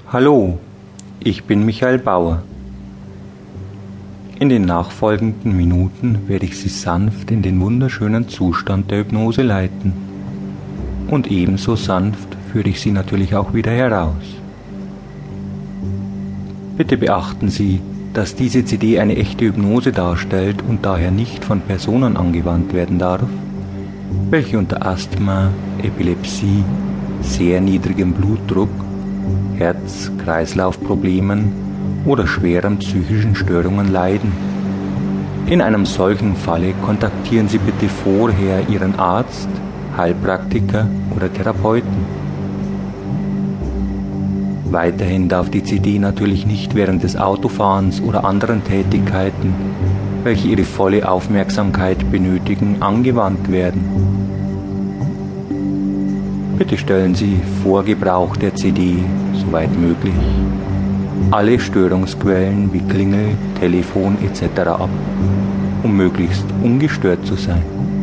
Hallo, ich bin Michael Bauer. In den nachfolgenden Minuten werde ich Sie sanft in den wunderschönen Zustand der Hypnose leiten. Und ebenso sanft führe ich Sie natürlich auch wieder heraus. Bitte beachten Sie, dass diese CD eine echte Hypnose darstellt und daher nicht von Personen angewandt werden darf, welche unter Asthma, Epilepsie, sehr niedrigem Blutdruck, Herz-Kreislauf-Problemen oder schweren psychischen Störungen leiden. In einem solchen Falle kontaktieren Sie bitte vorher Ihren Arzt, Heilpraktiker oder Therapeuten. Weiterhin darf die CD natürlich nicht während des Autofahrens oder anderen Tätigkeiten, welche Ihre volle Aufmerksamkeit benötigen, angewandt werden. Bitte stellen Sie vor Gebrauch der CD, soweit möglich, alle Störungsquellen wie Klingel, Telefon etc. ab, um möglichst ungestört zu sein.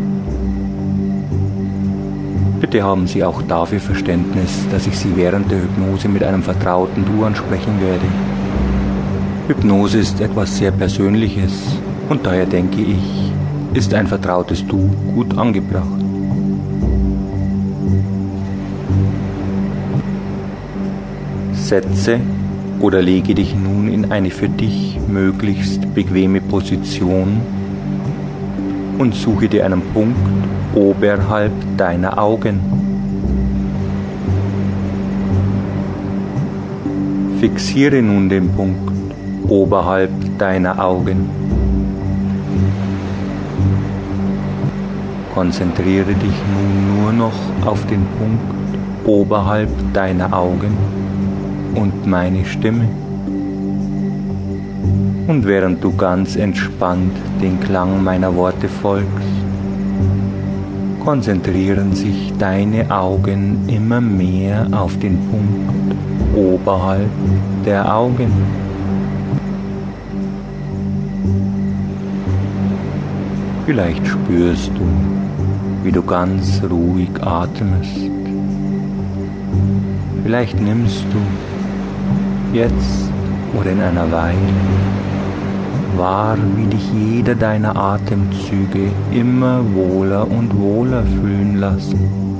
Bitte haben Sie auch dafür Verständnis, dass ich Sie während der Hypnose mit einem vertrauten Du ansprechen werde. Hypnose ist etwas sehr Persönliches und daher denke ich, ist ein vertrautes Du gut angebracht. Setze oder lege dich nun in eine für dich möglichst bequeme Position und suche dir einen Punkt oberhalb deiner Augen. Fixiere nun den Punkt oberhalb deiner Augen. Konzentriere dich nun nur noch auf den Punkt oberhalb deiner Augen und meine Stimme. Und während du ganz entspannt den Klang meiner Worte folgst, konzentrieren sich deine Augen immer mehr auf den Punkt oberhalb der Augen. Vielleicht spürst du, wie du ganz ruhig atmest. Vielleicht nimmst du jetzt oder in einer Weile wahr, wie dich jeder deiner Atemzüge immer wohler und wohler fühlen lassen.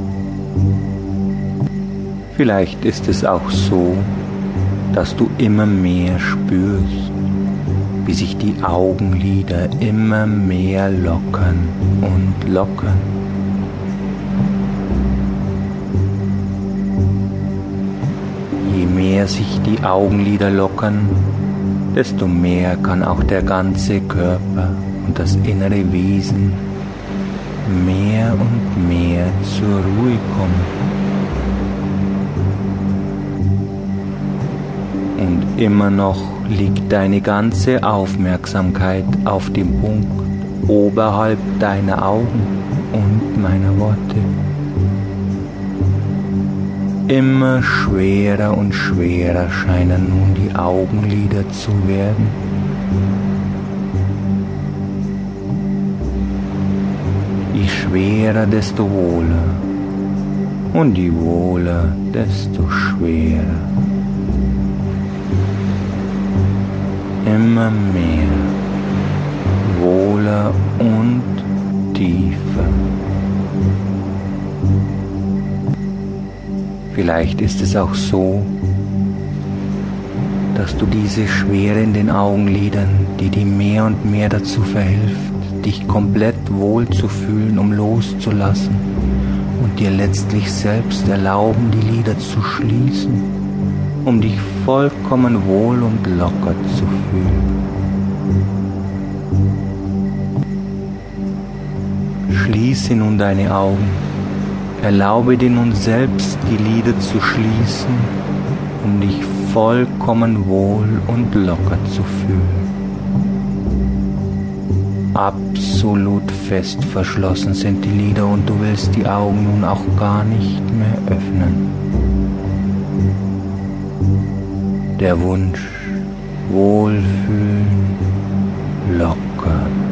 Vielleicht ist es auch so, dass du immer mehr spürst, wie sich die Augenlider immer mehr lockern und lockern. Je mehr sich die Augenlider lockern, desto mehr kann auch der ganze Körper und das innere Wesen mehr und mehr zur Ruhe kommen. Und immer noch liegt deine ganze Aufmerksamkeit auf dem Punkt oberhalb deiner Augen und meiner Worte. Immer schwerer und schwerer scheinen nun die Augenlider zu werden. Je schwerer, desto wohler. Und je wohler, desto schwerer. Immer mehr. Wohler und tiefer. Vielleicht ist es auch so, dass du diese Schwere in den Augenlidern, die dir mehr und mehr dazu verhilft, dich komplett wohl zu fühlen, um loszulassen und dir letztlich selbst erlauben, die Lider zu schließen, um dich vollkommen wohl und locker zu fühlen. Schließe nun deine Augen. Erlaube dir nun selbst, die Lider zu schließen, um dich vollkommen wohl und locker zu fühlen. Absolut fest verschlossen sind die Lider und du willst die Augen nun auch gar nicht mehr öffnen. Der Wunsch, wohlfühlen, locker